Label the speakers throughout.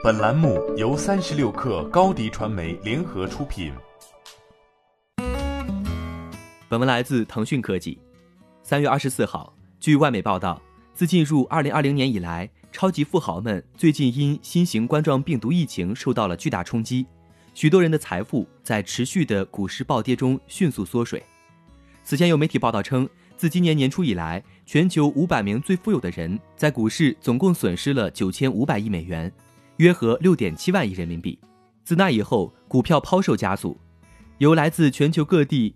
Speaker 1: 本栏目由36氪高迪传媒联合出品。
Speaker 2: 本文来自腾讯科技。3月24号，据外媒报道，自进入2020年以来，超级富豪们最近因新型冠状病毒疫情受到了巨大冲击，许多人的财富在持续的股市暴跌中迅速缩水。此前有媒体报道称，自今年年初以来，全球500名最富有的人在股市总共损失了9500亿美元，约合6.7万亿人民币。自那以后，股票抛售加速，由来自全球各地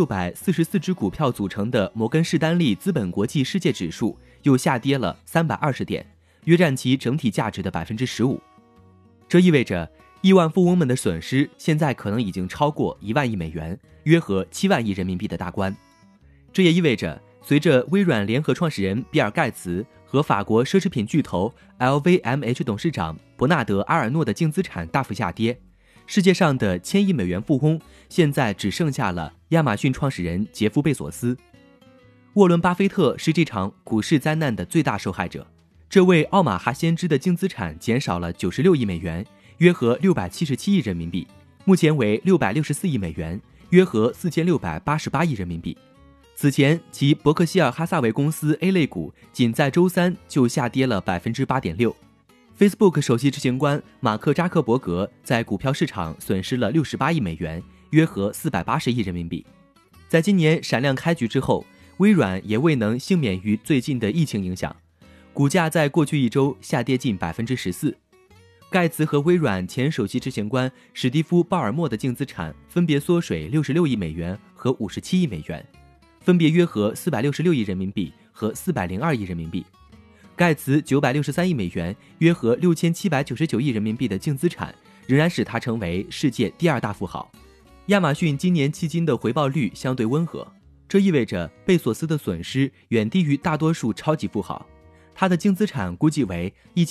Speaker 2: 1644只股票组成的摩根士丹利资本国际世界指数又下跌了320点，约占其整体价值的 15%。 这意味着亿万富翁们的损失现在可能已经超过1万亿美元，约合7万亿人民币的大关。这也意味着，随着微软联合创始人比尔·盖茨和法国奢侈品巨头 LVMH 董事长伯纳德·阿尔诺的净资产大幅下跌，世界上的1000亿美元富翁现在只剩下了亚马逊创始人杰夫·贝索斯。沃伦·巴菲特是这场股市灾难的最大受害者，这位奥马哈先知的净资产减少了96亿美元，约合677亿人民币，目前为664亿美元，约合4688亿人民币。此前，其伯克希尔哈撒韦公司 A 类股仅在周三就下跌了 8.6%。 Facebook 首席执行官马克扎克伯格在股票市场损失了68亿美元，约合480亿人民币。在今年闪亮开局之后，微软也未能幸免于最近的疫情影响，股价在过去一周下跌近 14%。 盖茨和微软前首席执行官史蒂夫·鲍尔默的净资产分别缩水66亿美元和57亿美元，分别约合466亿人民币和402亿人民币。盖茨963亿美元，约合6799亿人民币的净资产，仍然使他成为世界第2大富豪。亚马逊今年迄今的回报率相对温和，这意味着贝索斯的损失远低于大多数超级富豪，他的净资产估计为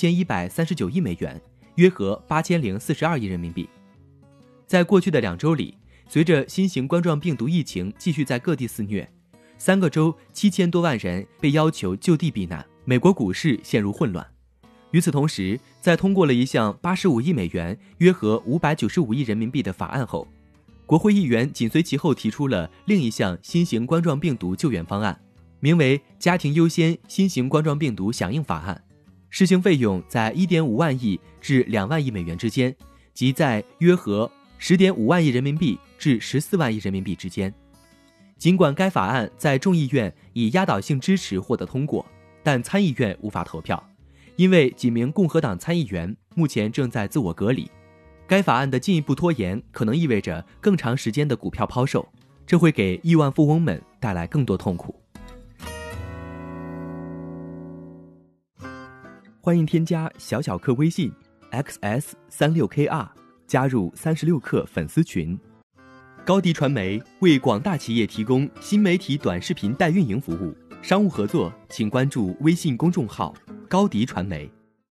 Speaker 2: 1139亿美元，约合8042亿人民币。在过去的2周里，随着新型冠状病毒疫情继续在各地肆虐，3个州7000多万人被要求就地避难，美国股市陷入混乱。与此同时，在通过了一项85亿美元，约合595亿人民币的法案后，国会议员紧随其后提出了另一项新型冠状病毒救援方案，名为家庭优先新型冠状病毒响应法案，施行费用在 1.5 万亿至2万亿美元之间，即在约合 10.5 万亿人民币至14万亿人民币之间。尽管该法案在众议院以压倒性支持获得通过，但参议院无法投票，因为几名共和党参议员目前正在自我隔离。该法案的进一步拖延可能意味着更长时间的股票抛售，这会给亿万富翁们带来更多痛苦。欢迎添加小小客微信 XS36KR， 加入36氪粉丝群。高迪传媒为广大企业提供新媒体短视频代运营服务，商务合作请关注微信公众号高迪传媒。